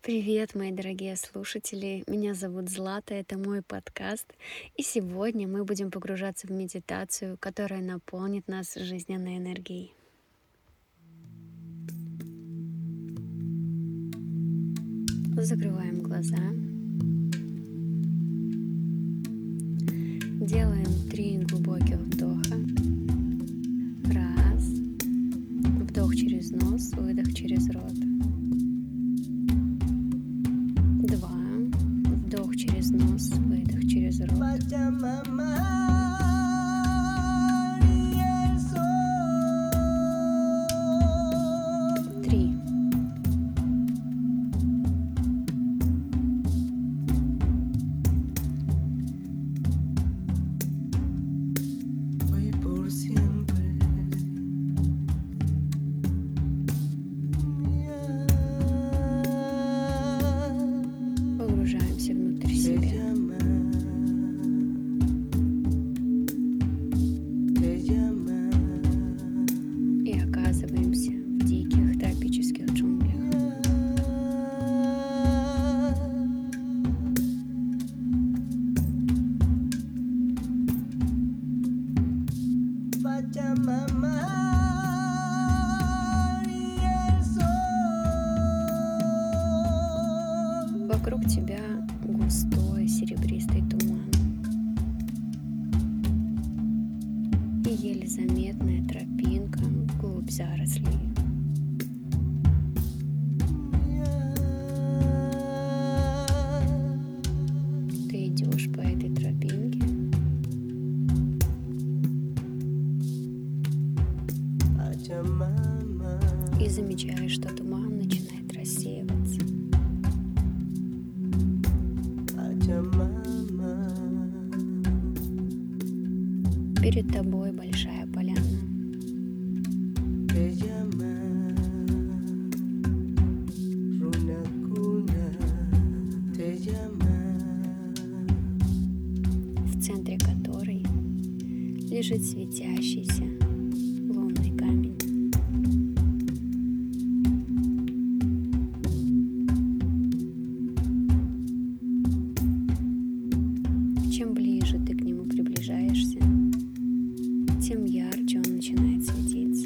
Привет, мои дорогие слушатели! Меня зовут Злата, это мой подкаст. И сегодня мы будем погружаться в медитацию, которая наполнит нас жизненной энергией. Закрываем глаза. Делаем 3 глубоких вдоха. Раз. Вдох через нос, выдох через рот. Два. Вдох через нос, выдох через рот. Три. Погружаемся внутрь себя. И оказываемся в диких тропических джунглях. Вокруг тебя густой серебристый туман и еле заметная тропинка вглубь зарослей. Ты идешь по этой тропинке, и замечаешь, что туман начинает рассеиваться. Перед тобой большая поляна. В центре которой лежит светящийся лунный камень. Чем ближе ты к нему приближаешься, тем ярче он начинает светиться.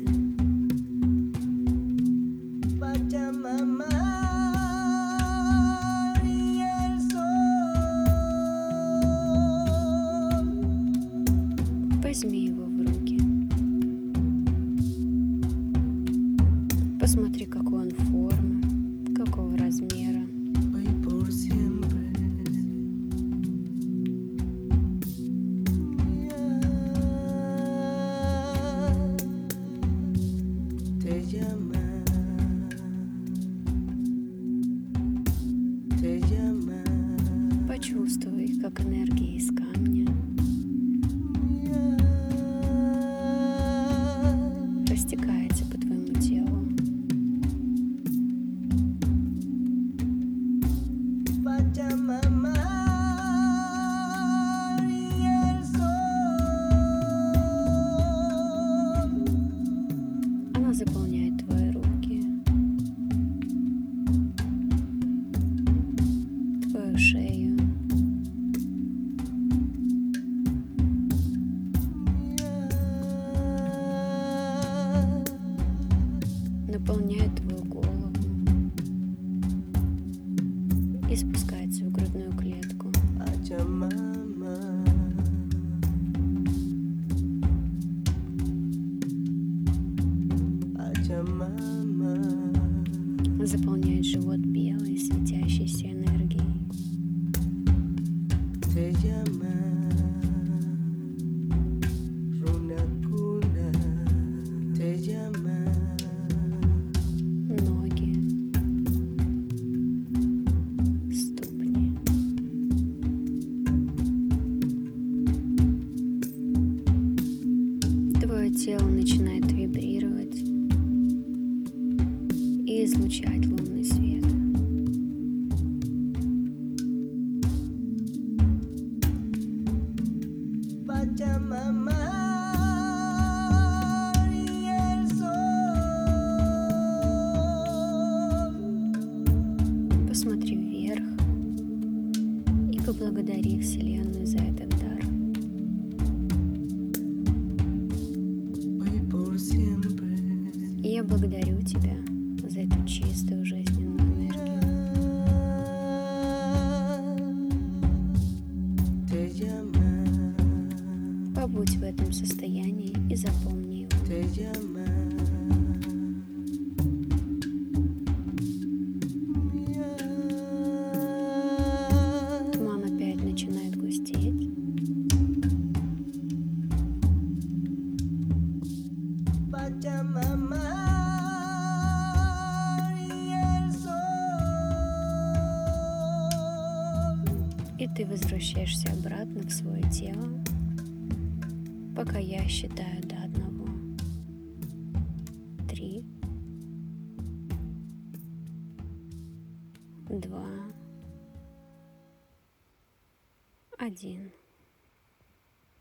Возьми его в руки. Посмотри, какой он формы, какого размера. Почувствуй, как энергия из камня растекается по твоему телу. Она заполняет твои руки, твою шею, наполняет твою голову и спускается в грудную клетку. Заполняет живот белой светящейся энергией. Ноги, ступни, твое тело начинает вибрировать и излучать лунный свет. Поблагодари Вселенную за этот дар. И я благодарю тебя за эту чистую жизненную энергию. Побудь в этом состоянии и запомни его. Туман опять начинает густеть. И ты возвращаешься обратно в свое тело, пока я считаю до 1. 3, 2, 1.